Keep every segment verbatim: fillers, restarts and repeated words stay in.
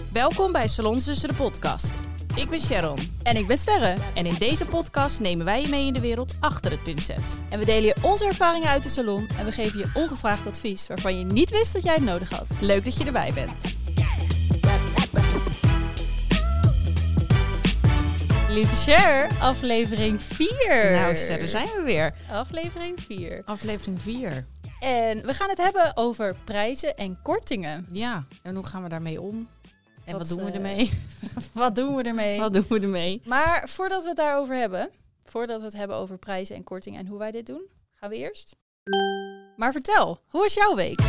Welkom bij Salonzussen de podcast. Ik ben Sharon. En ik ben Sterre. En in deze podcast nemen wij je mee in de wereld achter het pincet. En we delen je onze ervaringen uit de salon en we geven je ongevraagd advies waarvan je niet wist dat jij het nodig had. Leuk dat je erbij bent. Lieve Cher, aflevering vier. Nou Ster, daar zijn we weer. Aflevering vier. Aflevering vier. En we gaan het hebben over prijzen en kortingen. Ja, en hoe gaan we daarmee om? En wat, wat doen we uh, ermee? Wat doen we ermee? Wat doen we ermee? Maar voordat we het daarover hebben, voordat we het hebben over prijzen en kortingen en hoe wij dit doen, gaan we eerst. Maar vertel, hoe was jouw week?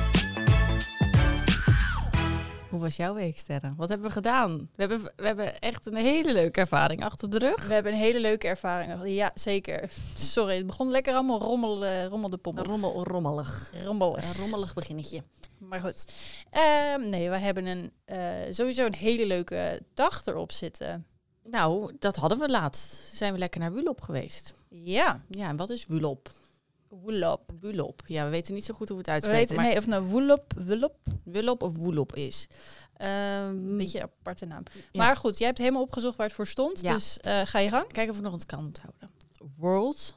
Hoe was jouw week, Sterre? Wat hebben we gedaan? We hebben, we hebben echt een hele leuke ervaring achter de rug. We hebben een hele leuke ervaring. Ja, zeker. Sorry, het begon lekker allemaal rommel, uh, rommel de pommel. Rommel, rommelig. Rommelig. Een rommelig beginnetje. Maar goed. Uh, nee, wij hebben een, uh, sowieso een hele leuke dag erop zitten. Nou, dat hadden we laatst. Zijn we lekker naar Wulop geweest. Ja. Ja, en wat is Wulop? Wulop. Wulop. Ja, we weten niet zo goed hoe we het We uitspreken. weten, nee, of nou Wulop, Wulop. Wulop of Woelop is. Um, Een beetje een aparte naam. Ja. Maar goed, jij hebt helemaal opgezocht waar het voor stond. Ja. Dus uh, ga je gang. Kijken of we nog eens kan onthouden. World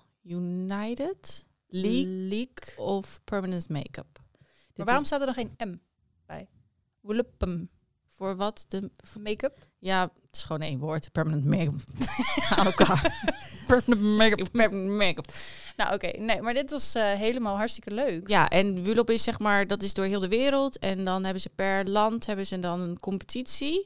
United League, Leak. of Permanent Make-up. Maar Dit waarom is staat er nog geen M bij? Wulopum. voor wat? De, Make-up? ja, het is gewoon één woord. Permanent Make-up. Aan elkaar. Permanent make-up. Permanent Make-up. Nou oké, okay. nee, maar dit was uh, helemaal hartstikke leuk. Ja, en Wulop is zeg maar, dat is door heel de wereld. En dan hebben ze per land hebben ze dan een competitie.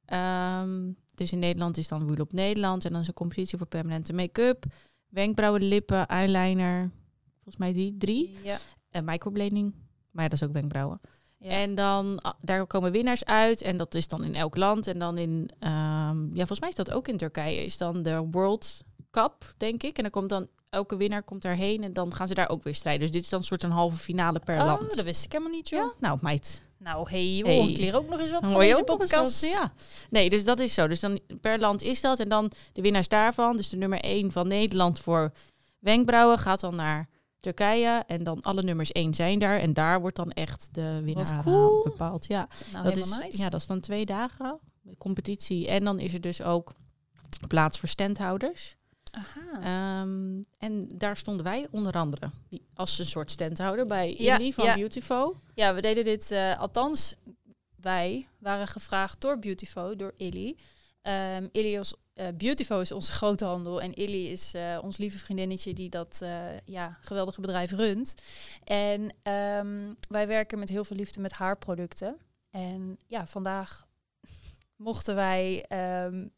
Um, dus in Nederland is dan Wulop Nederland. En dan is een competitie voor permanente make-up. Wenkbrauwen, lippen, eyeliner. Volgens mij die drie. Ja. En microblading. Maar ja, dat is ook wenkbrauwen. Ja. En dan, ah, daar komen winnaars uit. En dat is dan in elk land. En dan in, um, ja, volgens mij is dat ook in Turkije. Is dan de World Cup, denk ik. En dan komt dan, elke winnaar komt daarheen. En dan gaan ze daar ook weer strijden. Dus dit is dan een soort een halve finale per oh, land. dat wist ik helemaal niet, joh. Ja, nou meid. Nou, hey, joh, Hey. ik leer ook nog eens wat van Hoor je deze ook nog eens podcast. wat? Ja. Nee, dus dat is zo. Dus dan per land is dat. En dan de winnaars daarvan. Dus de nummer één van Nederland voor wenkbrauwen gaat dan naar Turkije. En dan alle nummers één zijn daar. En daar wordt dan echt de winnaar Wat cool. bepaald. Ja, Nou, dat is, helemaal nice. ja, dat is dan twee dagen competitie. En dan is er dus ook plaats voor standhouders. Aha. Um, en daar stonden wij onder andere die, als een soort standhouder bij Ja, Illy van ja. Beautiful. Ja, we deden dit, uh, althans, wij waren gevraagd door Beautiful, door Illy. Um, Illy is, uh, Beautiful is onze groothandel en Illy is uh, ons lieve vriendinnetje die dat uh, ja, geweldige bedrijf runt. En um, wij werken met heel veel liefde met haarproducten. En ja, vandaag mochten wij... Um,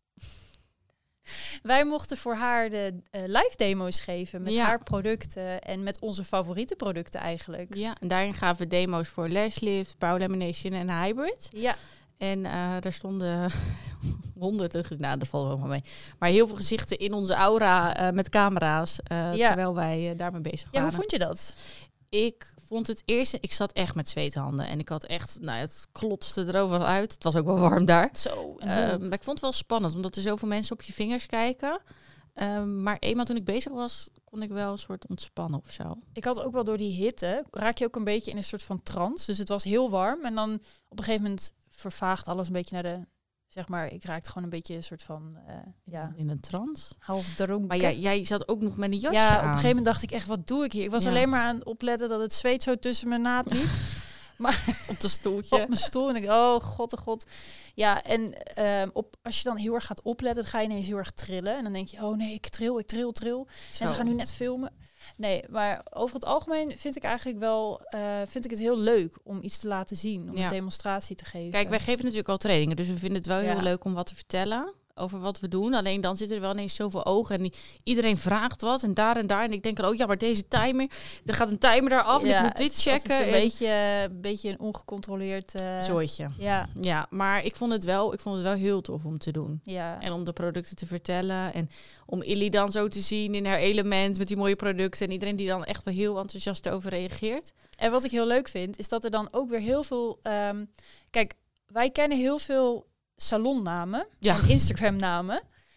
Wij mochten voor haar de uh, live demo's geven met Ja. haar producten en met onze favoriete producten eigenlijk. Ja, en daarin gaven we demo's voor lash lift, brow lamination en hybrid. Ja. En uh, daar stonden honderden, nou dat valt ook wel mee, maar heel veel gezichten in onze aura uh, met camera's, uh, Ja. terwijl wij uh, daarmee bezig Ja, waren. hoe vond je dat? Ik vond het eerst, ik zat echt met zweethanden en ik had echt, nou het klotste erover uit. Het was ook wel warm daar. Zo. Uh, maar ik vond het wel spannend, omdat er zoveel mensen op je vingers kijken. Um, maar eenmaal toen ik bezig was, kon ik wel een soort ontspannen of zo. Ik had ook wel door die hitte, raak je ook een beetje in een soort van trance. Dus het was heel warm en dan op een gegeven moment vervaagt alles een beetje naar de, zeg maar, ik raakte gewoon een beetje een soort van, uh, ja, In een trance. half dronken. Maar jij, jij zat ook nog met een jasje ja, aan. op een gegeven moment dacht ik echt, wat doe ik hier? Ik was Ja. alleen maar aan het opletten dat het zweet zo tussen mijn naad liep. Maar op de stoeltje. op mijn stoel en ik, oh god, oh god. Ja, en um, op, als je dan heel erg gaat opletten, dan ga je ineens heel erg trillen. En dan denk je, oh nee, ik tril, ik tril, tril. Zo. En ze gaan nu net filmen. Nee, maar over het algemeen vind ik eigenlijk wel, uh, vind ik het heel leuk om iets te laten zien. Om Ja. een demonstratie te geven. Kijk, wij geven natuurlijk al trainingen, dus we vinden het wel Ja. heel leuk om wat te vertellen over wat we doen. Alleen dan zitten er wel ineens zoveel ogen en die, iedereen vraagt wat en daar en daar. En ik denk dan, oh ja, maar deze timer, er gaat een timer daar af en Ja, ik moet het dit is checken. altijd een en- beetje, een beetje een ongecontroleerd... Uh, Zooitje. Ja, Ja, maar ik vond het wel, ik vond het wel heel tof om te doen. ja. En om de producten te vertellen. En om Illy dan zo te zien in haar element met die mooie producten. En iedereen die dan echt wel heel enthousiast over reageert. En wat ik heel leuk vind, is dat er dan ook weer heel veel... Um, kijk, wij kennen heel veel salonnamen Ja. en Instagram-namen.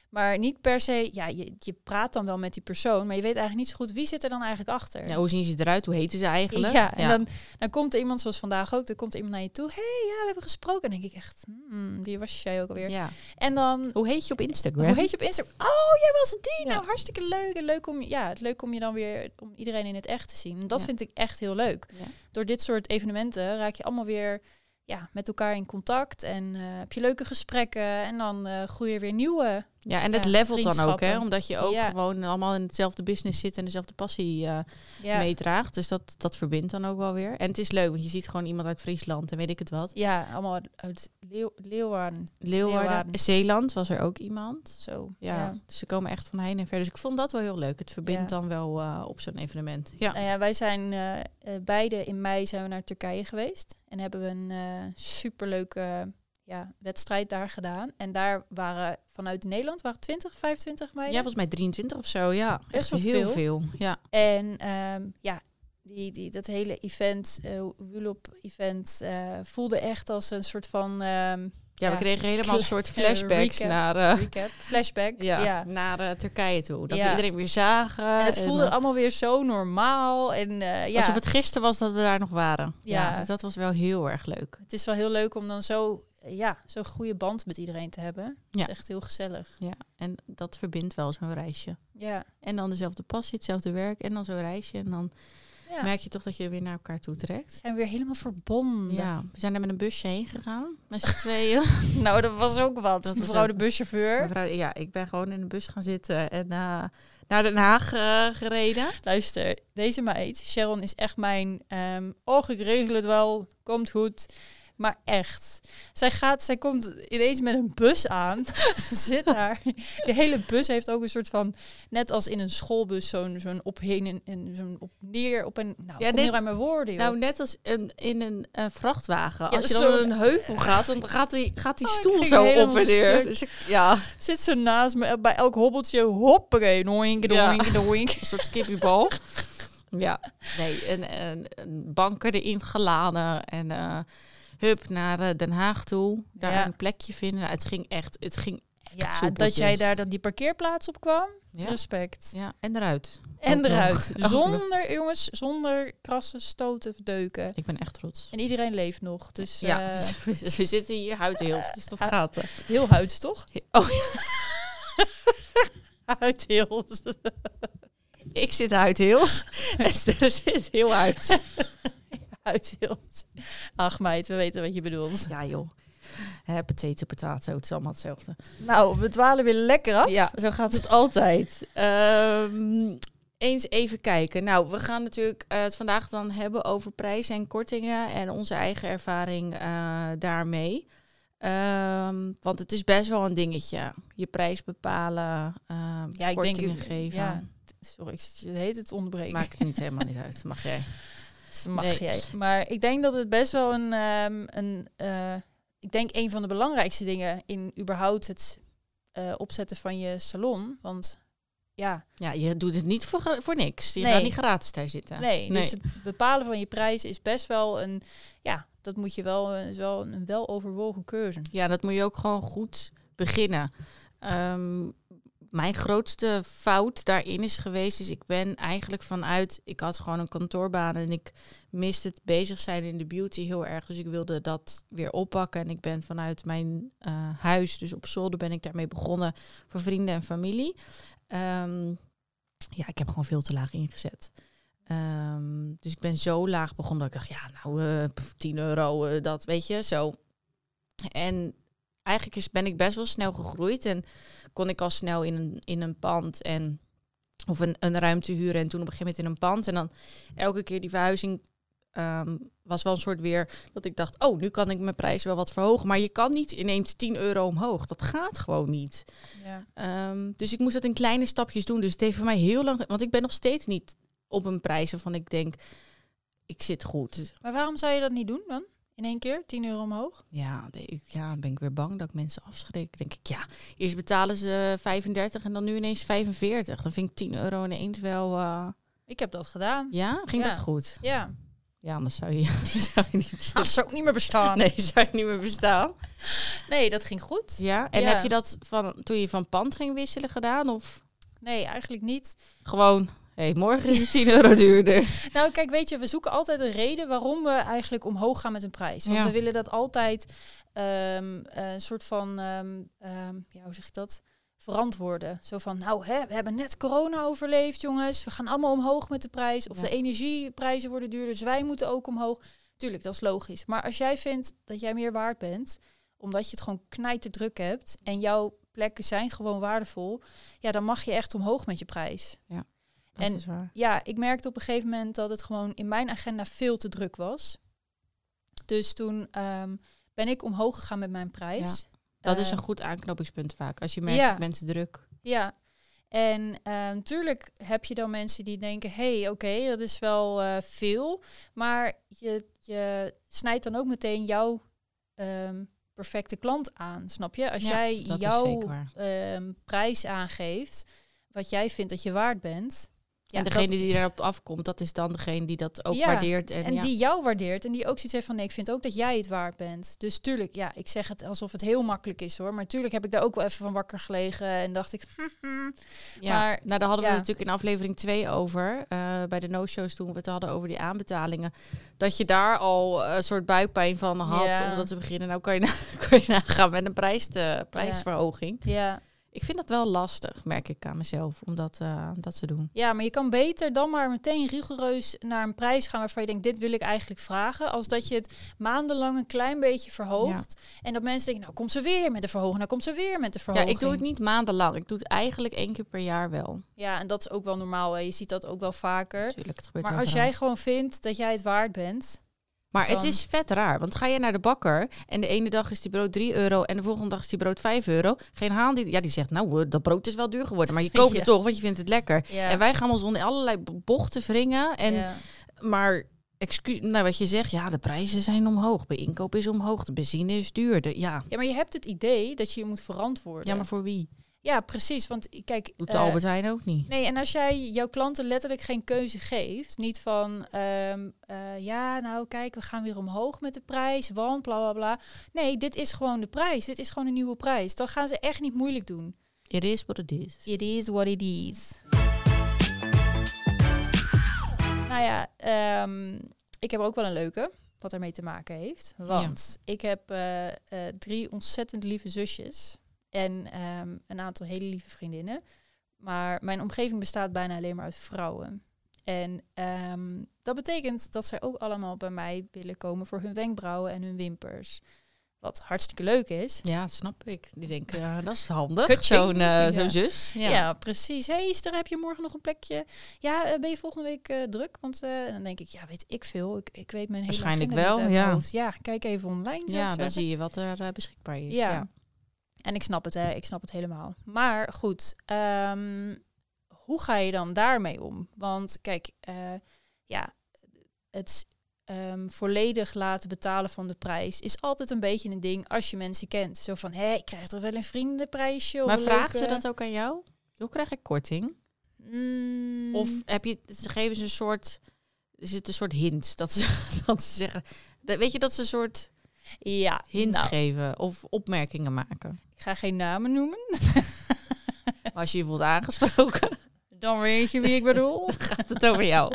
Maar niet per se, ja, je, je praat dan wel met die persoon, maar je weet eigenlijk niet zo goed wie zit er dan eigenlijk achter. Ja, hoe zien ze eruit? Hoe heten ze eigenlijk? Ja, en Dan, dan komt er iemand zoals vandaag ook, dan komt er iemand naar je toe. Hey, ja, we hebben gesproken. En dan denk ik echt, hmm, die was jij ook alweer. Ja. En dan, Hoe heet je op Instagram? hoe heet je op Instagram? Oh, jij was die. Ja. Nou, hartstikke leuk. En leuk om, ja, het leuk om je dan weer, om iedereen in het echt te zien. En dat Ja. vind ik echt heel leuk. Ja. Door dit soort evenementen raak je allemaal weer ja, met elkaar in contact. En uh, heb je leuke gesprekken. En dan uh, groeien er weer nieuwe. Ja, en het Ja, levelt dan ook, hè? vriendschappen. Omdat je ook Ja. gewoon allemaal in hetzelfde business zit en dezelfde passie uh, Ja. meedraagt. Dus dat, dat verbindt dan ook wel weer. En het is leuk, want je ziet gewoon iemand uit Friesland en weet ik het wat. Ja, allemaal uit Leeuw, Leeuwarden. Leeuwarden, Leeuwarden. Zeeland was er ook iemand. Zo. Ja, Ja. dus ze komen echt van heen en ver. Dus ik vond dat wel heel leuk. Het verbindt Ja. dan wel uh, op zo'n evenement. Ja. Nou ja, wij zijn uh, uh, beide in mei zijn we naar Turkije geweest. En hebben we een uh, superleuke ja, wedstrijd daar gedaan. En daar waren vanuit Nederland waren twintig, vijfentwintig meiden. Ja, volgens mij drieëntwintig of zo. Ja, Best echt wel heel veel. veel. Ja. En um, ja, die, die, dat hele event, uh, Wulop-event, uh, voelde echt als een soort van... Um, Ja, we ja, kregen helemaal een soort flashbacks recap, naar, uh, recap, flashback. ja, Ja. naar uh, Turkije toe. Dat Ja. we iedereen weer zagen. En het voelde en, uh, allemaal weer zo normaal. En, uh, ja. alsof het gisteren was dat we daar nog waren. Ja. Ja. Dus dat was wel heel erg leuk. Het is wel heel leuk om dan zo, ja, zo'n goede band met iedereen te hebben. Ja. Het is echt heel gezellig. Ja, en dat verbindt wel zo'n reisje. Ja. En dan dezelfde passie, hetzelfde werk en dan zo'n reisje. En dan Ja. merk je toch dat je er weer naar elkaar toe trekt. Zijn we weer helemaal verbonden. Ja, we zijn er met een busje heen gegaan. Met z'n tweeën. Nou, dat was ook wat. Dat was Mevrouw ook- de buschauffeur. Mevrouw, ja, ik ben gewoon in de bus gaan zitten en uh, naar Den Haag uh, gereden. Luister, deze meid, Sharon, is echt mijn... Um, och, ik regel het wel. Komt goed. Maar echt. Zij gaat, zij komt ineens met een bus aan. Zit daar. De hele bus heeft ook een soort van... Net als in een schoolbus, zo'n zo'n opheen en, en zo'n op neer op een... Nou, Ja, kom dit- hier aan mijn woorden, joh. Nou, net als een, in een uh, vrachtwagen. Ja, Als je zo- dan door een heuvel gaat, dan gaat die, gaat die Oh, ik stoel ging zo helemaal op en neer. stuk. Dus ik, ja, Zit ze naast me, bij elk hobbeltje, hoppakee, doink, Ja. doink, doink. een soort skippiebal. Ja, nee, en, en, en banken erin geladen en uh, hup naar uh, Den Haag toe. Daar Ja. een plekje vinden. Nou, het ging echt, het ging echt Ja, soepeltjes. dat jij daar dan die parkeerplaats op kwam, Ja, respect. ja, en eruit. En Ook eruit. nog. Ook Zonder, jongens, zonder krassen, stoten of deuken. Ik ben echt trots. En iedereen leeft nog, dus Ja, eh, we, we zitten hier huidheels, dus dat Uh, gaat. uh. heel huids, toch? Oh, Huidheels. ik zit huidheels en Sterre zit heel uit. Huidheels. Ach meid, we weten wat je bedoelt. Ja joh. Hè, potato, potato, het is allemaal hetzelfde. Nou, we dwalen weer lekker af. Ja, zo gaat het altijd. Um, eens even kijken. Nou, we gaan natuurlijk uh, het vandaag dan hebben over prijzen en kortingen en onze eigen ervaring uh, daarmee. Um, want het is best wel een dingetje. Je prijs bepalen, uh, Ja, ik kortingen denk, geven. ja, sorry, ik zit- het heet het onderbreken. Maakt het niet helemaal niet uit. Mag jij. Dat mag Nee. jij. Maar ik denk dat het best wel een, um, een uh, ik denk een van de belangrijkste dingen in überhaupt het uh, opzetten van je salon. Want ja, Ja, je doet het niet voor, voor niks. Je Nee. gaat niet gratis daar zitten. nee, dus het bepalen van je prijs is best wel een, ja, dat moet je wel, is wel een wel overwogen keuze. Ja, dat moet je ook gewoon goed beginnen. Um, mijn grootste fout daarin is geweest, is ik ben eigenlijk vanuit, ik had gewoon een kantoorbaan en ik miste het bezig zijn in de beauty heel erg. Dus ik wilde dat weer oppakken en ik ben vanuit mijn uh, huis, dus op zolder ben ik daarmee begonnen voor vrienden en familie. Um, ja, ik heb gewoon veel te laag ingezet. Um, dus ik ben zo laag begonnen dat ik dacht, ja, nou, uh, tien euro, uh, dat weet je, zo. En eigenlijk is, ben ik best wel snel gegroeid en kon ik al snel in een, in een pand en of een, een ruimte huren en toen op een gegeven moment in een pand. En dan elke keer die verhuizing um, was wel een soort weer dat ik dacht, oh, nu kan ik mijn prijs wel wat verhogen. Maar je kan niet ineens tien euro omhoog. Dat gaat gewoon niet. Ja. Um, dus ik moest dat in kleine stapjes doen. Dus het heeft voor mij heel lang, want ik ben nog steeds niet op een prijs waarvan ik denk, ik zit goed. Maar waarom zou je dat niet doen dan? In één keer, tien euro omhoog? Ja, ik, ja, ben ik weer bang dat ik mensen afschrik. denk ik, ja, eerst betalen ze vijfendertig en dan nu ineens vijfenveertig. Dan vind ik tien euro ineens wel... Uh... Ik heb dat gedaan. Ja, ging Ja. dat goed? Ja. Ja, anders zou je, zou je niet... Dat zou ook niet meer bestaan. Nee, zou je niet meer bestaan. Nee, dat ging goed. Ja, en Ja. heb je dat van toen je van pand ging wisselen gedaan? Of Nee, eigenlijk niet. gewoon, hé, hey, morgen is het tien euro duurder. Nou, kijk, weet je, we zoeken altijd een reden waarom we eigenlijk omhoog gaan met een prijs. Want Ja. we willen dat altijd um, een soort van, um, um, ja, hoe zeg je dat? Verantwoorden. Zo van, nou, hè, we hebben net corona overleefd, jongens. We gaan allemaal omhoog met de prijs. Of Ja. de energieprijzen worden duurder, dus wij moeten ook omhoog. Tuurlijk, dat is logisch. Maar als jij vindt dat jij meer waard bent, omdat je het gewoon knijterdruk hebt en jouw plekken zijn gewoon waardevol, ja, dan mag je echt omhoog met je prijs. Dat En is waar. ja, ik merkte op een gegeven moment dat het gewoon in mijn agenda veel te druk was. Dus toen um, ben ik omhoog gegaan met mijn prijs. Dat Uh, is een goed aanknopingspunt vaak. Als je merkt ja. dat mensen druk. Ja, en uh, natuurlijk heb je dan mensen die denken, hé, hey, oké, okay, dat is wel uh, veel. Maar je, je snijdt dan ook meteen jouw um, perfecte klant aan, snap je? Als Ja, jij dat is jouw zeker waar. um, prijs aangeeft, wat jij vindt dat je waard bent. Ja, en degene dat die is- daarop afkomt, dat is dan degene die dat ook Ja, waardeert. En, En ja. die jou waardeert en die ook zoiets heeft van, nee, ik vind ook dat jij het waard bent. Dus tuurlijk, ja, ik zeg het alsof het heel makkelijk is hoor. Maar tuurlijk heb ik daar ook wel even van wakker gelegen en dacht ik, Ja, maar, nou, daar hadden we ja. natuurlijk in aflevering twee over. Uh, bij de no-shows toen we het hadden over die aanbetalingen. Dat je daar al een soort buikpijn van had Ja. om dat te beginnen. Nou kan je, na, kan je nagaan met een prijs te, prijsverhoging. ja. Ik vind dat wel lastig, merk ik aan mezelf, om dat, uh, dat te doen. Ja, maar je kan beter dan maar meteen rigoureus naar een prijs gaan waarvan je denkt, dit wil ik eigenlijk vragen. Als dat je het maandenlang een klein beetje verhoogt. Ja. En dat mensen denken, nou komt ze weer met de verhoging, nou komt ze weer met de Ja, verhoging. ik doe het niet maandenlang. Ik doe het eigenlijk één keer per jaar wel. Ja, en dat is ook wel normaal. Hè. Je ziet dat ook wel vaker. Tuurlijk, het gebeurt Maar wel als vooral. jij gewoon vindt dat jij het waard bent. Maar dan... het is vet raar, want ga je naar de bakker en de ene dag is die brood drie euro en de volgende dag is die brood vijf euro. Geen haan die, ja, die zegt, nou, dat brood is wel duur geworden, maar je koopt Ja. het toch, want je vindt het lekker. Ja. En wij gaan ons onder allerlei bochten wringen. En, Ja. Maar, excuus, nou, wat je zegt, ja, de prijzen zijn omhoog, bij inkoop is omhoog, de benzine is duur. De, ja. ja, maar je hebt het idee dat je je moet verantwoorden. ja, maar voor wie? Ja, precies. Want kijk, Doet de uh, Albert Heijn ook niet. nee, en als jij jouw klanten letterlijk geen keuze geeft, niet van, um, uh, ja, nou kijk, we gaan weer omhoog met de prijs, want bla bla bla. Nee, dit is gewoon de prijs. Dit is gewoon een nieuwe prijs. Dan gaan ze echt niet moeilijk doen. It is what it is. It is what it is. Nou ja, um, ik heb ook wel een leuke, wat ermee te maken heeft. Want ja. ik heb uh, uh, drie ontzettend lieve zusjes. En um, een aantal hele lieve vriendinnen. Maar mijn omgeving bestaat bijna alleen maar uit vrouwen. En um, dat betekent dat zij ook allemaal bij mij willen komen voor hun wenkbrauwen en hun wimpers. Wat hartstikke leuk is. Ja, dat snap ik. Die denken, uh, dat is handig. Zo'n uh, ja. zo'n zus. Ja. ja, precies. Hé, hey, Esther, heb je morgen nog een plekje? Ja, uh, ben je volgende week uh, druk? Want uh, dan denk ik, ja, weet ik veel. Ik, ik weet mijn hele waarschijnlijk agenda wel, niet ja. hoofd. Ja, kijk even online. Ja, dan zie je wat er uh, beschikbaar is. Ja. ja. En ik snap het, hè. Ik snap het helemaal. Maar goed, um, hoe ga je dan daarmee om? Want kijk, uh, ja, het um, volledig laten betalen van de prijs is altijd een beetje een ding als je mensen kent. Zo van, hé, ik krijg toch wel een vriendenprijsje? Maar of vragen leuke... ze dat ook aan jou? Hoe krijg ik korting? Mm. Of heb je, ze geven ze een soort, is het een soort hint dat ze, dat ze zeggen, dat, weet je dat ze een soort ja, hints nou. geven of opmerkingen maken? Ik ga geen namen noemen. Als je je voelt aangesproken, dan weet je wie ik bedoel. dan gaat het over jou.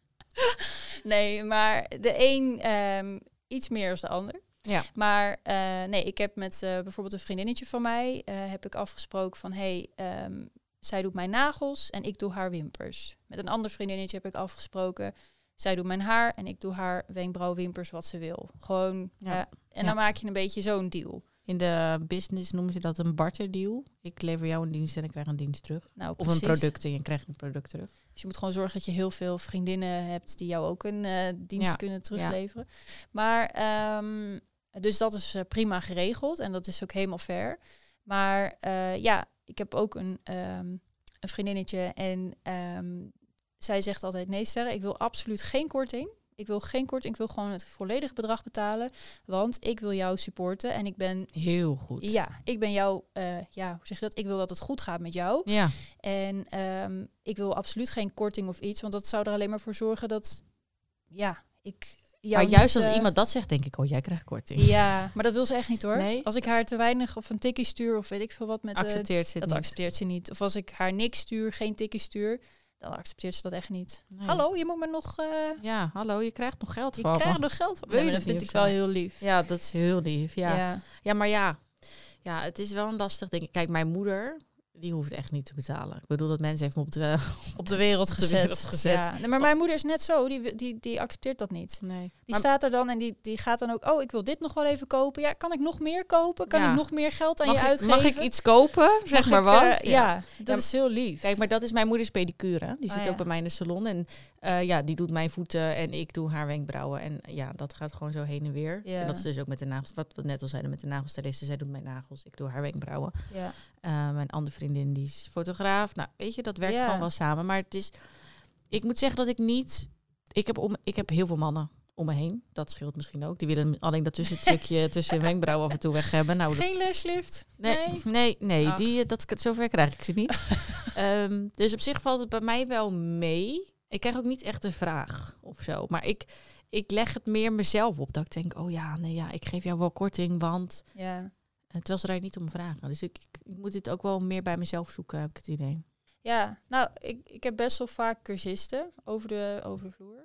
Nee, maar de een um, iets meer dan de ander. Ja. Maar uh, nee, ik heb met uh, bijvoorbeeld een vriendinnetje van mij, uh, heb ik afgesproken van, hé, hey, um, zij doet mijn nagels en ik doe haar wimpers. Met een ander vriendinnetje heb ik afgesproken, zij doet mijn haar en ik doe haar wenkbrauwwimpers wat ze wil. Gewoon, ja. uh, en ja. dan maak je een beetje zo'n deal. In de business noemen ze dat een barterdeal. Ik lever jou een dienst en ik krijg een dienst terug. Nou, of een product en je krijgt een product terug. Dus je moet gewoon zorgen dat je heel veel vriendinnen hebt die jou ook een uh, dienst ja. kunnen terugleveren. Ja. Maar, um, dus dat is uh, prima geregeld en dat is ook helemaal fair. Maar uh, ja, ik heb ook een, um, een vriendinnetje en um, zij zegt altijd, nee Sterre, ik wil absoluut geen korting. Ik wil geen korting, ik wil gewoon het volledige bedrag betalen. Want ik wil jou supporten en ik ben... Heel goed. Ja, ik ben jou... Uh, ja, hoe zeg je dat? Ik wil dat het goed gaat met jou. Ja. En um, ik wil absoluut geen korting of iets. Want dat zou er alleen maar voor zorgen dat... Ja, ik... Maar juist niet, als uh, iemand dat zegt, denk ik, oh, jij krijgt korting. Ja, maar dat wil ze echt niet hoor. Nee? Als ik haar te weinig of een tikkie stuur of weet ik veel wat met... Accepteert ze het dat niet. accepteert ze niet. Of als ik haar niks stuur, geen tikkie stuur, dan accepteert ze dat echt niet. Nee. Hallo, je moet me nog... Uh, ja, hallo, je krijgt nog geld je van. Je krijgt nog geld van. Wil je ja, dat dat vind niet ik wel heel lief. Ja, dat is heel lief. Ja, ja. ja maar ja. Ja, het is wel een lastig ding. Kijk, mijn moeder... Die hoeft echt niet te betalen. Ik bedoel, dat mensen heeft me op de, op de wereld op gezet. De wereld gezet. Ja. Nee, maar mijn moeder is net zo. Die, die, die accepteert dat niet. Nee. Die maar, staat er dan en die, die gaat dan ook... Oh, ik wil dit nog wel even kopen. Ja, kan ik nog meer kopen? Kan ja. ik nog meer geld aan mag je ik, uitgeven? Mag ik iets kopen? Zeg mag maar ik, wat. Uh, ja. ja, dat ja. is heel lief. Kijk, maar dat is mijn moeders pedicure. Die ah, zit ja. ook bij mij in de salon. En uh, ja, die doet mijn voeten en ik doe haar wenkbrauwen. En ja, dat gaat gewoon zo heen en weer. Ja. En dat is dus ook met de nagels. Wat we net al zeiden met de nagelstylisten. Zij doet mijn nagels, ik doe haar wenkbrauwen. Ja. Uh, mijn andere vriendin, die is fotograaf. Nou, weet je, dat werkt ja. gewoon wel samen. Maar het is... Ik moet zeggen dat ik niet... Ik heb, om, ik heb heel veel mannen om me heen. Dat scheelt misschien ook. Die willen alleen dat tussenstukje tussen wenkbrauwen af en toe weg hebben. Nou, Geen dat... lashlift? Nee, nee, nee. nee die, dat, zover krijg ik ze niet. um, dus op zich valt het bij mij wel mee. Ik krijg ook niet echt een vraag of zo. Maar ik, ik leg het meer mezelf op. Dat ik denk, oh ja, nee, ja, ik geef jou wel korting, want... Ja. Terwijl ze daar niet om vragen. Dus ik, ik, ik moet dit ook wel meer bij mezelf zoeken, heb ik het idee. Ja, nou, ik, ik heb best wel vaak cursisten over de, over de vloer.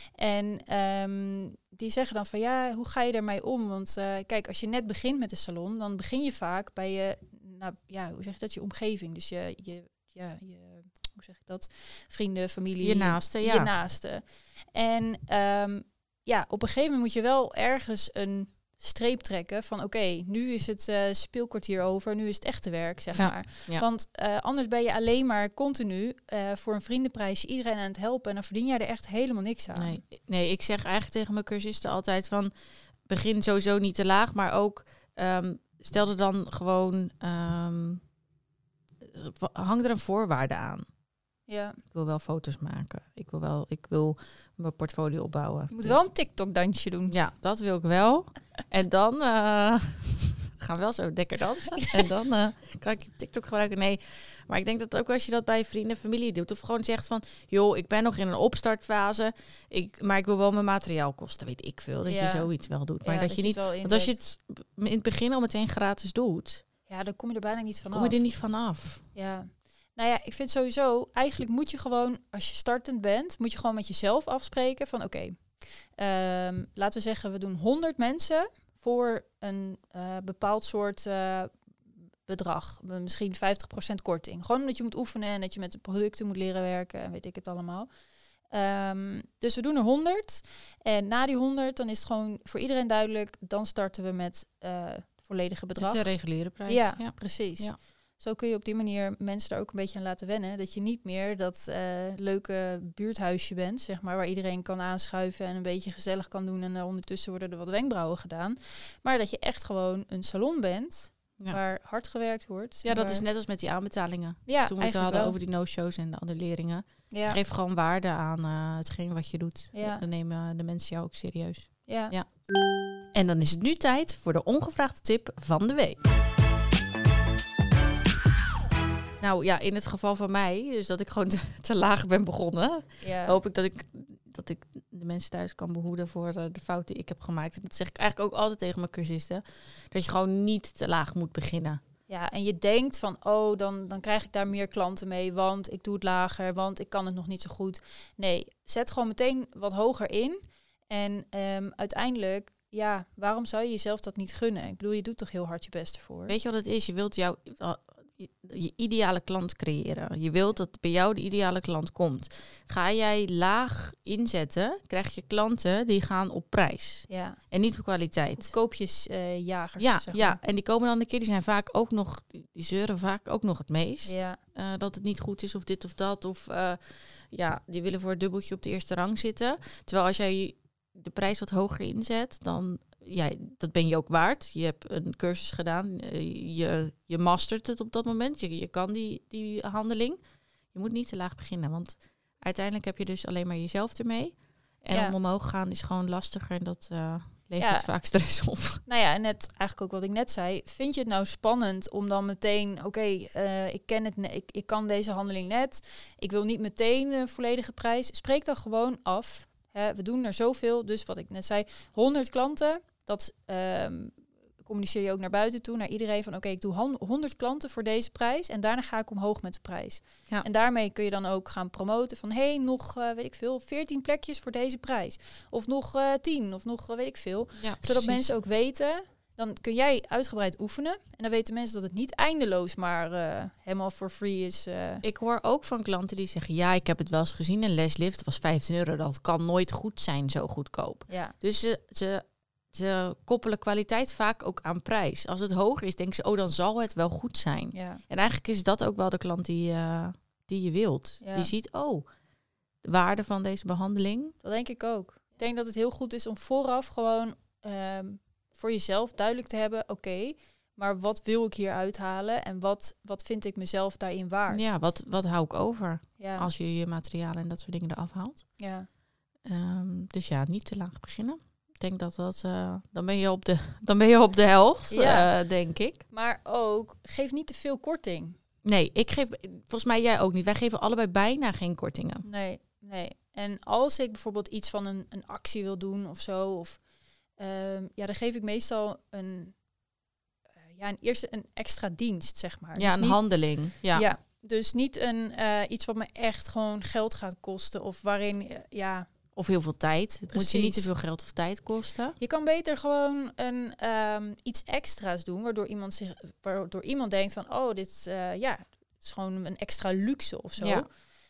En um, die zeggen dan van, ja, hoe ga je daarmee om? Want uh, kijk, als je net begint met de salon, dan begin je vaak bij je, nou, ja, hoe zeg je dat, je omgeving. Dus je, je, ja, je, hoe zeg ik dat, vrienden, familie. Je naaste, ja. Je naaste. En um, ja, op een gegeven moment moet je wel ergens een... streep trekken van oké, okay, nu is het uh, speelkwartier over, nu is het echte werk, zeg ja, maar. Ja. Want uh, anders ben je alleen maar continu uh, voor een vriendenprijsje iedereen aan het helpen en dan verdien jij er echt helemaal niks aan. Nee, nee, ik zeg eigenlijk tegen mijn cursisten altijd van begin sowieso niet te laag, maar ook um, stel er dan gewoon um, hang er een voorwaarde aan. Ja. Ik wil wel foto's maken. Ik wil wel, ik wil mijn portfolio opbouwen. Je moet dus, wel een TikTok-dansje doen. Ja, dat wil ik wel. En dan uh, gaan we wel zo lekker dansen. En dan uh, kan ik TikTok gebruiken. Nee, maar ik denk dat ook als je dat bij vrienden en familie doet. Of gewoon zegt van, joh, ik ben nog in een opstartfase. Ik, maar ik wil wel mijn materiaalkosten, weet ik veel. Dat ja. je zoiets wel doet. Maar ja, dat, dat je niet, want als je het in het begin al meteen gratis doet. Ja, dan kom je er bijna niet vanaf. Kom je er niet vanaf. Ja. Nou ja, ik vind sowieso, eigenlijk moet je gewoon, als je startend bent, moet je gewoon met jezelf afspreken van oké, okay, um, laten we zeggen, we doen honderd mensen voor een uh, bepaald soort uh, bedrag. Misschien vijftig procent korting. Gewoon omdat je moet oefenen en dat je met de producten moet leren werken en weet ik het allemaal. Um, dus we doen er honderd. En na die honderd, dan is het gewoon voor iedereen duidelijk, dan starten we met uh, volledige bedrag. Met de reguliere prijs. Ja, ja. precies. Ja. Zo kun je op die manier mensen er ook een beetje aan laten wennen. Dat je niet meer dat uh, leuke buurthuisje bent, zeg maar, waar iedereen kan aanschuiven en een beetje gezellig kan doen. En uh, ondertussen worden er wat wenkbrauwen gedaan. Maar dat je echt gewoon een salon bent, ja. waar hard gewerkt wordt. Ja, dat waar... is net als met die aanbetalingen. Ja, toen we het hadden wel. over die no-shows en de annuleringen. Ja. Geef gewoon waarde aan uh, hetgeen wat je doet. Ja. Dan nemen de mensen jou ook serieus. Ja. ja. En dan is het nu tijd voor de ongevraagde tip van de week. Nou ja, in het geval van mij, dus dat ik gewoon te, te laag ben begonnen, ja. hoop ik dat ik dat ik de mensen thuis kan behoeden voor uh, de fout die ik heb gemaakt. En dat zeg ik eigenlijk ook altijd tegen mijn cursisten, dat je gewoon niet te laag moet beginnen. Ja, en je denkt van, oh, dan, dan krijg ik daar meer klanten mee, want ik doe het lager, want ik kan het nog niet zo goed. Nee, zet gewoon meteen wat hoger in. En um, uiteindelijk, ja, waarom zou je jezelf dat niet gunnen? Ik bedoel, je doet toch heel hard je best ervoor. Weet je wat het is? Je wilt jouw... Uh, je ideale klant creëren. Je wilt dat bij jou de ideale klant komt. Ga jij laag inzetten, krijg je klanten die gaan op prijs. Ja. En niet op kwaliteit. Koopjesjagers. Uh, ja, zeg maar. ja, en die komen dan een keer, die zijn vaak ook nog, die zeuren vaak ook nog het meest. Ja. Uh, dat het niet goed is of dit of dat. Of uh, ja, die willen voor het dubbeltje op de eerste rang zitten. Terwijl als jij de prijs wat hoger inzet, dan... Ja, dat ben je ook waard. Je hebt een cursus gedaan. Je, je mastert het op dat moment. Je, je kan die, die handeling. Je moet niet te laag beginnen. Want uiteindelijk heb je dus alleen maar jezelf ermee. En ja. om omhoog gaan is gewoon lastiger. En dat uh, levert ja. vaak stress op. Nou ja, en net eigenlijk ook wat ik net zei. Vind je het nou spannend om dan meteen... Oké, okay, uh, ik ken het, ne- ik, ik kan deze handeling net. Ik wil niet meteen een volledige prijs. Spreek dan gewoon af. Hè, we doen er zoveel. Dus wat ik net zei, honderd klanten. Dat um, communiceer je ook naar buiten toe, naar iedereen. Van oké, okay, ik doe honderd klanten voor deze prijs. En daarna ga ik omhoog met de prijs. Ja. En daarmee kun je dan ook gaan promoten van... hé, hey, nog, uh, weet ik veel, veertien plekjes voor deze prijs. Of nog uh, tien, of nog, uh, weet ik veel. Ja, zodat precies. mensen ook weten... Dan kun jij uitgebreid oefenen. En dan weten mensen dat het niet eindeloos maar uh, helemaal for free is. Uh. Ik hoor ook van klanten die zeggen... ja, ik heb het wel eens gezien. Een leslift was vijftien euro. Dat kan nooit goed zijn, zo goedkoop. Ja. Dus ze, ze, ze koppelen kwaliteit vaak ook aan prijs. Als het hoger is, denken ze... oh, dan zal het wel goed zijn. Ja. En eigenlijk is dat ook wel de klant die, uh, die je wilt. Ja. Die ziet, oh, de waarde van deze behandeling. Dat denk ik ook. Ik denk dat het heel goed is om vooraf gewoon... Um, voor jezelf duidelijk te hebben, oké, okay, maar wat wil ik hier uithalen en wat, wat vind ik mezelf daarin waard? Ja, wat, wat hou ik over ja. als je je materialen en dat soort dingen eraf haalt? Ja. Um, dus ja, niet te laag beginnen. Ik denk dat dat, uh, dan ben je op de, dan ben je op de helft, ja. uh, denk ik. Maar ook, geef niet te veel korting. Nee, ik geef, volgens mij jij ook niet. Wij geven allebei bijna geen kortingen. Nee, nee. En als ik bijvoorbeeld iets van een, een actie wil doen of zo, of Um, ja, dan geef ik meestal een, uh, ja, een eerste een extra dienst, zeg maar. Ja, dus een niet, handeling. Ja. ja, dus niet een uh, iets wat me echt gewoon geld gaat kosten of waarin, uh, ja. Of heel veel tijd. Het moet je niet te veel geld of tijd kosten. Je kan beter gewoon een um, iets extra's doen, waardoor iemand zich, waardoor iemand denkt van, oh, dit, uh, ja, het is gewoon een extra luxe of zo. Ja.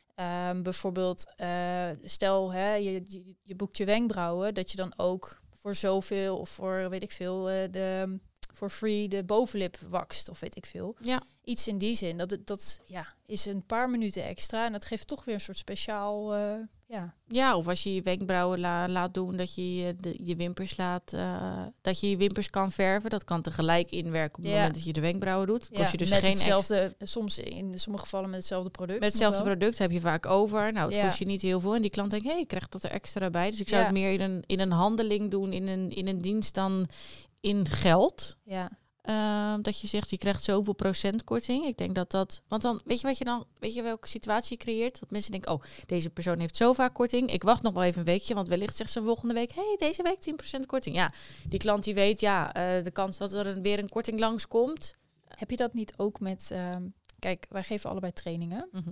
Um, bijvoorbeeld, uh, stel, hè, je, je, je boekt je wenkbrauwen, dat je dan ook voor zoveel of voor, weet ik veel, uh, de voor free de bovenlip wakst of weet ik veel. Ja. Iets in die zin. Dat, dat ja, is een paar minuten extra en dat geeft toch weer een soort speciaal, uh, ja. Ja, of als je je wenkbrauwen la, laat doen, dat je je, de, je wimpers laat, uh, dat je je wimpers kan verven. Dat kan tegelijk inwerken op het ja. moment dat je de wenkbrauwen doet. Kost ja, je dus met geen hetzelfde, ex- soms in sommige gevallen met hetzelfde product. Met hetzelfde product heb je vaak over. Nou, het ja. kost je niet heel veel. En die klant denkt, hé, hey, ik krijg dat er extra bij. Dus ik zou ja. het meer in een, in een handeling doen, in een, in een dienst dan in geld. Ja. Uh, dat je zegt, je krijgt zoveel procent korting. Ik denk dat dat... Want dan, weet je wat je dan... Weet je welke situatie je creëert? Dat mensen denken, oh, deze persoon heeft zo vaak korting. Ik wacht nog wel even een weekje, want wellicht zegt ze volgende week... hey, deze week tien procent korting. Ja, die klant die weet, ja, uh, de kans dat er een, weer een korting langskomt. Heb je dat niet ook met... Um, kijk, wij geven allebei trainingen. Mm-hmm.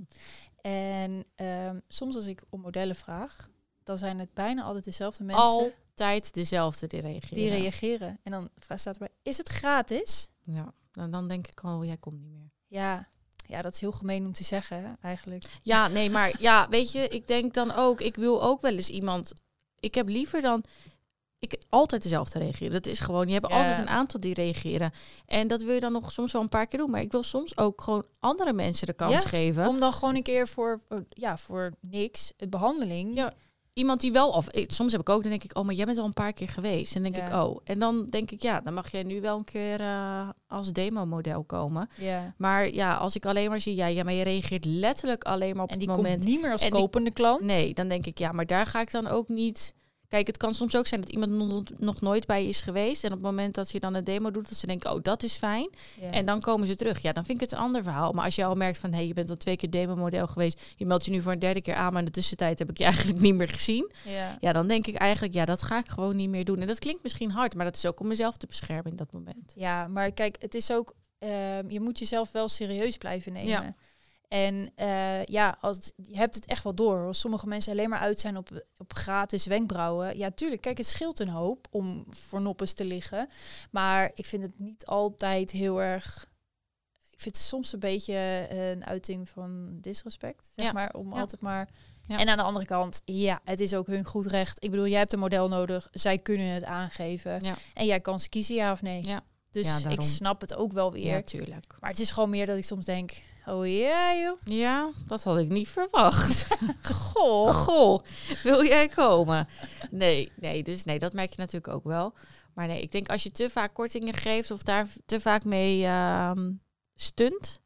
En um, soms als ik om modellen vraag... dan zijn het bijna altijd dezelfde mensen... Al tijd dezelfde die reageren. Die reageren. En dan staat erbij, is het gratis? Ja, dan, dan denk ik al, jij komt niet meer. Ja, ja, dat is heel gemeen om te zeggen, hè, eigenlijk. Ja, nee, maar ja, weet je, ik denk dan ook, ik wil ook wel eens iemand... Ik heb liever dan... Ik altijd dezelfde reageren. Dat is gewoon, je hebt ja. altijd een aantal die reageren. En dat wil je dan nog soms wel een paar keer doen. Maar ik wil soms ook gewoon andere mensen de kans ja, geven. Om dan gewoon een keer voor, ja, voor niks, een behandeling... Ja. Iemand die wel, of ik, soms heb ik ook, dan denk ik, oh, maar jij bent al een paar keer geweest. En dan denk ja. ik, oh. En dan denk ik, ja, dan mag jij nu wel een keer uh, als demo-model komen. Ja. Maar ja, als ik alleen maar zie, ja, ja, maar je reageert letterlijk alleen maar op en het die moment. Komt niet meer als en kopende die, klant. Nee, dan denk ik, ja, maar daar ga ik dan ook niet... Kijk, het kan soms ook zijn dat iemand nog, nog nooit bij je is geweest. En op het moment dat je dan een demo doet, dat ze denken, oh, dat is fijn. Ja. En dan komen ze terug. Ja, dan vind ik het een ander verhaal. Maar als je al merkt van, hé, hey, je bent al twee keer demo-model geweest. Je meldt je nu voor een derde keer aan, maar in de tussentijd heb ik je eigenlijk niet meer gezien. Ja. ja, dan denk ik eigenlijk, ja, dat ga ik gewoon niet meer doen. En dat klinkt misschien hard, maar dat is ook om mezelf te beschermen in dat moment. Ja, maar kijk, het is ook, uh, je moet jezelf wel serieus blijven nemen. Ja. En uh, ja, als, je hebt het echt wel door. Als sommige mensen alleen maar uit zijn op, op gratis wenkbrauwen. Ja, tuurlijk, kijk, het scheelt een hoop om voor noppes te liggen. Maar ik vind het niet altijd heel erg... Ik vind het soms een beetje een uiting van disrespect, zeg ja. maar. Om ja. altijd maar... Ja. En aan de andere kant, ja, het is ook hun goed recht. Ik bedoel, jij hebt een model nodig. Zij kunnen het aangeven. Ja. En jij kan ze kiezen, ja of nee. Ja. Dus ja, ik snap het ook wel weer. Ja, tuurlijk. Maar het is gewoon meer dat ik soms denk... Oh ja, joh. Ja, dat had ik niet verwacht. Goh. Goh, wil jij komen? Nee, nee, dus nee, dat merk je natuurlijk ook wel. Maar nee, ik denk als je te vaak kortingen geeft of daar te vaak mee uh, stunt,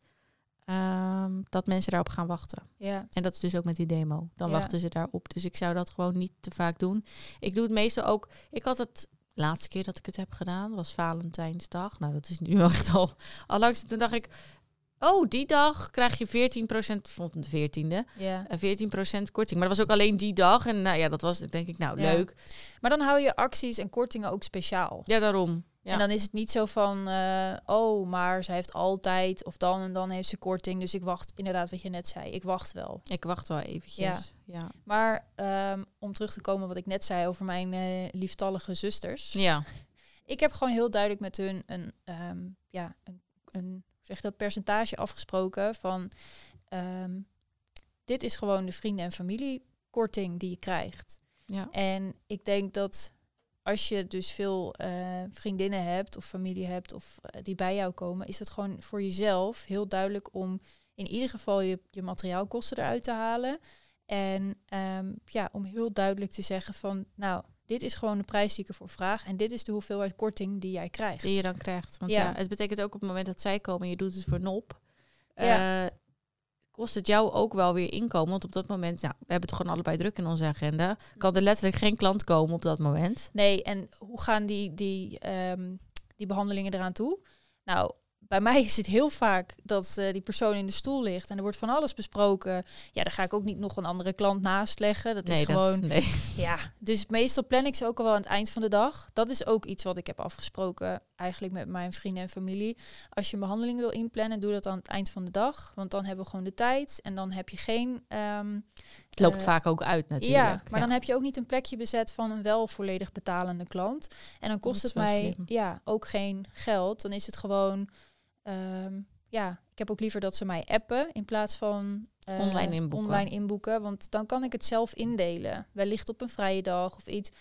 uh, dat mensen daarop gaan wachten. Ja. En dat is dus ook met die demo. Dan ja. wachten ze daarop. Dus ik zou dat gewoon niet te vaak doen. Ik doe het meestal ook... Ik had het... De laatste keer dat ik het heb gedaan was Valentijnsdag. Nou, dat is nu echt al, al langs. Toen dacht ik... oh, die dag krijg je veertien procent, vond de veertiende, Ja. uh, veertien procent korting. Maar dat was ook alleen die dag. En nou ja, dat was denk ik, nou, Ja. leuk. Maar dan hou je acties en kortingen ook speciaal. Ja, daarom. Ja. En dan is het niet zo van, uh, oh, maar ze heeft altijd, of dan en dan heeft ze korting. Dus ik wacht, inderdaad wat je net zei, ik wacht wel. Ik wacht wel eventjes. Ja. Ja. Maar um, om terug te komen wat ik net zei over mijn uh, lieftallige zusters. Ja. Ik heb gewoon heel duidelijk met hun een, um, ja, een, een hoe zeg je dat, percentage afgesproken van, um, dit is gewoon de vrienden- en familiekorting die je krijgt. Ja. En ik denk dat als je dus veel uh, vriendinnen hebt of familie hebt of uh, die bij jou komen, is het gewoon voor jezelf heel duidelijk om in ieder geval je, je materiaalkosten eruit te halen. En um, ja, om heel duidelijk te zeggen van, nou, dit is gewoon de prijs die ik ervoor vraag en dit is de hoeveelheid korting die jij krijgt. Die je dan krijgt. Want ja, ja het betekent ook op het moment dat zij komen en je doet het voor nop, ja. uh, kost het jou ook wel weer inkomen. Want op dat moment, nou, we hebben het gewoon allebei druk in onze agenda. Kan er letterlijk geen klant komen op dat moment. Nee, en hoe gaan die, die, um, die behandelingen eraan toe? Nou, bij mij is het heel vaak dat uh, die persoon in de stoel ligt en er wordt van alles besproken. Ja, daar ga ik ook niet nog een andere klant naast leggen. Dat nee, is gewoon. Dat, nee. Ja, dus meestal plan ik ze ook al wel aan het eind van de dag. Dat is ook iets wat ik heb afgesproken eigenlijk met mijn vrienden en familie. Als je een behandeling wil inplannen, doe dat aan het eind van de dag. Want dan hebben we gewoon de tijd en dan heb je geen. Um, het loopt uh, vaak ook uit natuurlijk. Ja, maar ja. dan heb je ook niet een plekje bezet van een wel volledig betalende klant. En dan kost het mij ja, ook geen geld. Dan is het gewoon. Um, ja, ik heb ook liever dat ze mij appen in plaats van uh, online, inboeken. online inboeken. Want dan kan ik het zelf indelen. Wellicht op een vrije dag of iets.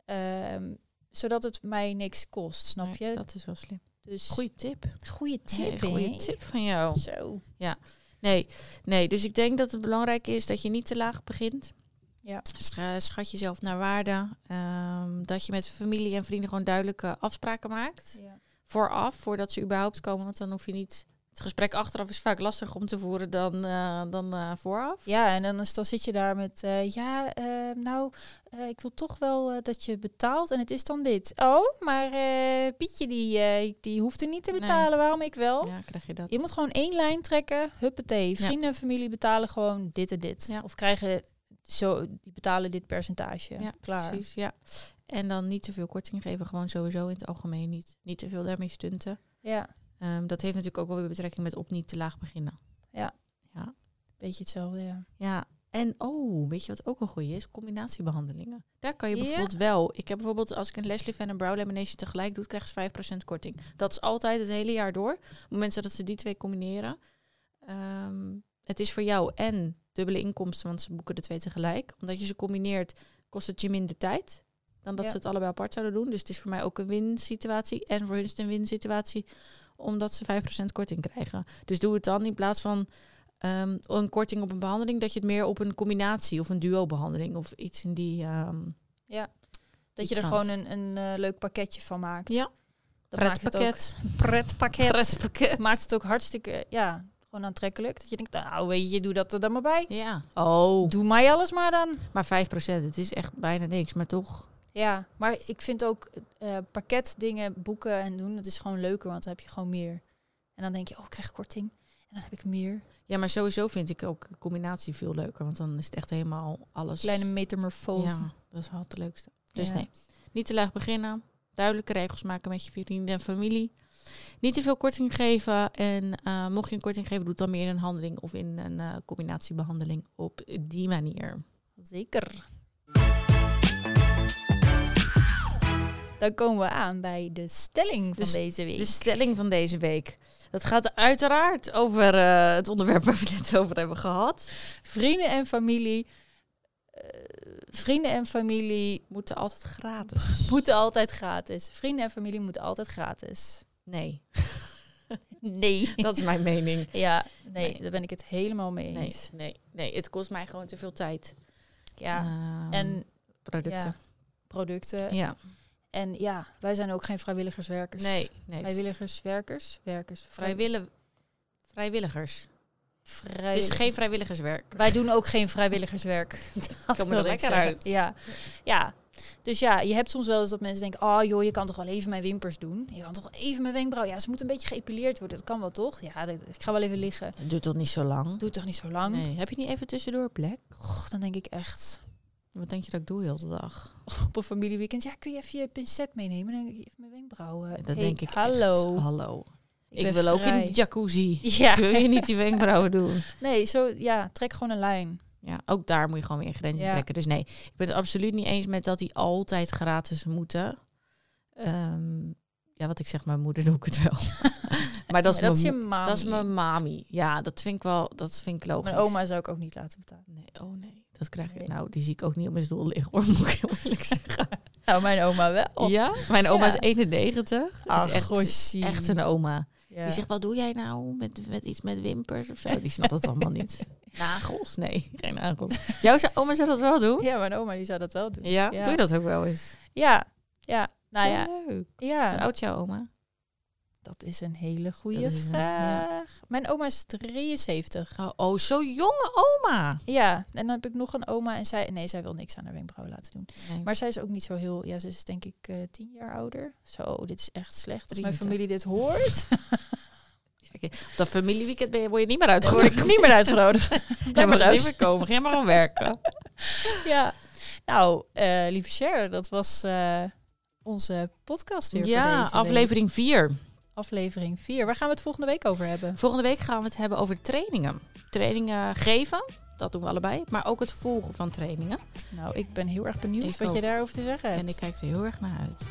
Um, zodat het mij niks kost, snap nee, je? Dat is wel slim. Dus goeie tip. Goeie tip, hey, goeie tip van jou. Zo. Ja. Nee, nee, dus ik denk dat het belangrijk is dat je niet te laag begint. Ja. Schat jezelf naar waarde. Um, dat je met familie en vrienden gewoon duidelijke afspraken maakt. Ja. Vooraf, voordat ze überhaupt komen. Want dan hoef je niet... Het gesprek achteraf is vaak lastiger om te voeren dan, uh, dan uh, vooraf. Ja, en dan, is, dan zit je daar met... Uh, ja, uh, nou, uh, ik wil toch wel uh, dat je betaalt. En het is dan dit. Oh, maar uh, Pietje, die, uh, die hoeft er niet te betalen. Nee. Waarom ik wel? Ja, krijg je dat. Je moet gewoon één lijn trekken. Huppatee. Vrienden en familie betalen gewoon dit en dit. Ja. Of krijgen... Zo, die betalen dit percentage. Ja, klaar. Precies, ja. En dan niet te veel korting geven, gewoon sowieso in het algemeen niet. Niet te veel daarmee stunten. Ja. Um, dat heeft natuurlijk ook wel weer betrekking met op niet te laag beginnen. Ja. Ja. Beetje hetzelfde, ja. Ja. En oh, weet je wat ook een goeie is? Combinatiebehandelingen. Daar kan je bijvoorbeeld ja. wel. Ik heb bijvoorbeeld, als ik een lash lift en een brow lamination tegelijk doe, krijg je vijf procent korting. Dat is altijd het hele jaar door. Op het moment dat ze die twee combineren. Um, het is voor jou en dubbele inkomsten, want ze boeken de twee tegelijk. Omdat je ze combineert, kost het je minder tijd dan dat ja. ze het allebei apart zouden doen. Dus het is voor mij ook een win-situatie. En voor hun is het een win-situatie, omdat ze vijf procent korting krijgen. Dus doe het dan in plaats van um, een korting op een behandeling, dat je het meer op een combinatie of een duo-behandeling of iets in die... Um, ja, dat je er gewoon een, een uh, leuk pakketje van maakt. Ja, dat maakt het ook, pretpakket. Pretpakket. Maakt het ook hartstikke... Ja, gewoon aantrekkelijk. Dat je denkt, nou weet je, doe dat er dan maar bij. Ja. Oh. Doe mij alles maar dan. Maar vijf procent, het is echt bijna niks, maar toch. Ja, maar ik vind ook uh, pakketdingen boeken en doen, dat is gewoon leuker, want dan heb je gewoon meer. En dan denk je, oh, ik krijg korting. En dan heb ik meer. Ja, maar sowieso vind ik ook de combinatie veel leuker, want dan is het echt helemaal alles. Kleine metamorfose. Ja, dat is wel het leukste. Dus ja. nee, niet te laag beginnen. Duidelijke regels maken met je vrienden en familie. Niet te veel korting geven. En uh, mocht je een korting geven, doe het dan meer in een handeling of in een uh, combinatiebehandeling op die manier. Zeker. Dan komen we aan bij de stelling van de, deze week. De stelling van deze week. Dat gaat uiteraard over uh, het onderwerp waar we het net over hebben gehad. Vrienden en familie. Uh, vrienden en familie moeten altijd gratis. Moeten altijd gratis. Vrienden en familie moeten altijd gratis. Nee. Nee. Dat is mijn mening. Ja, nee, nee, daar ben ik het helemaal mee eens. Nee, nee, nee. Het kost mij gewoon te veel tijd. Ja, um, en producten. Ja, producten. Ja. En ja, wij zijn ook geen vrijwilligerswerkers. Nee, nee. Vrijwilligerswerkers, werkers. Vrijwillig, vrijwilligers. Vrijwillig. Het is geen vrijwilligerswerk. Wij doen ook geen vrijwilligerswerk. Dat komt er lekker uit. Ja, ja. Dus ja, je hebt soms wel eens dat mensen denken... oh joh, je kan toch wel even mijn wimpers doen? Je kan toch wel even mijn wenkbrauw... Ja, ze moeten een beetje geëpileerd worden. Dat kan wel, toch? Ja, dat, ik ga wel even liggen. Dat duurt toch niet zo lang? Doe toch niet zo lang? Nee. Heb je niet even tussendoor plek? Goh, dan denk ik echt... Wat denk je dat ik doe heel de dag? Op een familieweekend... Ja, kun je even je pincet meenemen? En dan even mijn wenkbrauwen. Dat Hey, denk ik hallo. echt. Hallo. Ik, ik ben wil vrij. ook in de jacuzzi. Ja. Kun je niet die wenkbrauwen doen? Nee, zo, ja, trek gewoon een lijn. Ja, ook daar moet je gewoon weer een grens in Ja. trekken. Dus nee, ik ben het absoluut niet eens met dat die altijd gratis moeten. Um, ja, wat ik zeg, mijn moeder doe ik het wel. Maar dat is, Ja, dat is je mijn, mami. dat is mijn mami. Ja, dat vind ik wel, dat vind ik logisch. Mijn oma zou ik ook niet laten betalen. Nee, oh nee, dat krijg ik. Nee. Nou, die zie ik ook niet op mijn stoel liggen, hoor, moet ik heel eerlijk zeggen. Nou, mijn oma wel. Ja, mijn oma Ja. is eenennegentig. Dat Ach, is echt, gossie. echt een oma. Ja. Die zegt, wat doe jij nou met, met iets met wimpers of zo? Die snapt het allemaal niet. Nagels? Nee, geen nagels. Jouw zou- oma zou dat wel doen? Ja, mijn oma die zou dat wel doen. Ja? Ja. Doe je dat ook wel eens? Ja, ja. Nou Zo ja, leuk. ja. Hoe oud is jouw oma? Dat is een hele goede Dat is een- vraag. Mijn oma is drieënzeventig. Oh, oh, zo jonge oma. Ja, en dan heb ik nog een oma en zij... Nee, zij wil niks aan haar wenkbrauwen laten doen. Nee. Maar zij is ook niet zo heel... Ja, ze is denk ik uh, tien jaar ouder. Zo, dit is echt slecht. Als mijn drieëntig. familie dit hoort... Op dat familieweekend ben je, word je niet meer dan word uitgenodigd. ik niet meer uitgenodigd. Jij Blijf maar mag thuis. niet meer komen. Ga maar aan werken. Ja. Nou, uh, lieve Cher, dat was uh, onze podcast weer Ja, voor deze aflevering vier. week. Aflevering vier. Waar gaan we het volgende week over hebben? Volgende week gaan we het hebben over trainingen. Trainingen geven, dat doen we allebei. Maar ook het volgen van trainingen. Nou, ik ben heel erg benieuwd Ik wat ook. je daarover te zeggen hebt. En ik kijk er heel erg naar uit.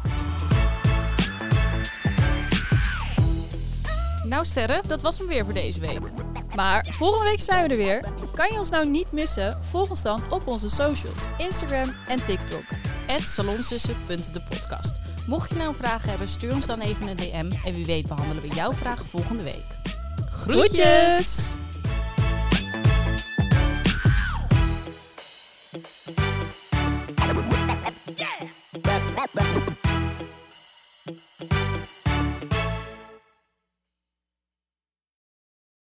Nou sterren, dat was hem weer voor deze week. Maar volgende week zijn we er weer. Kan je ons nou niet missen? Volg ons dan op onze socials. Instagram en TikTok. at salonzussen punt de podcast. Mocht je nou vragen hebben, stuur ons dan even een D M. En wie weet behandelen we jouw vraag volgende week. Groetjes!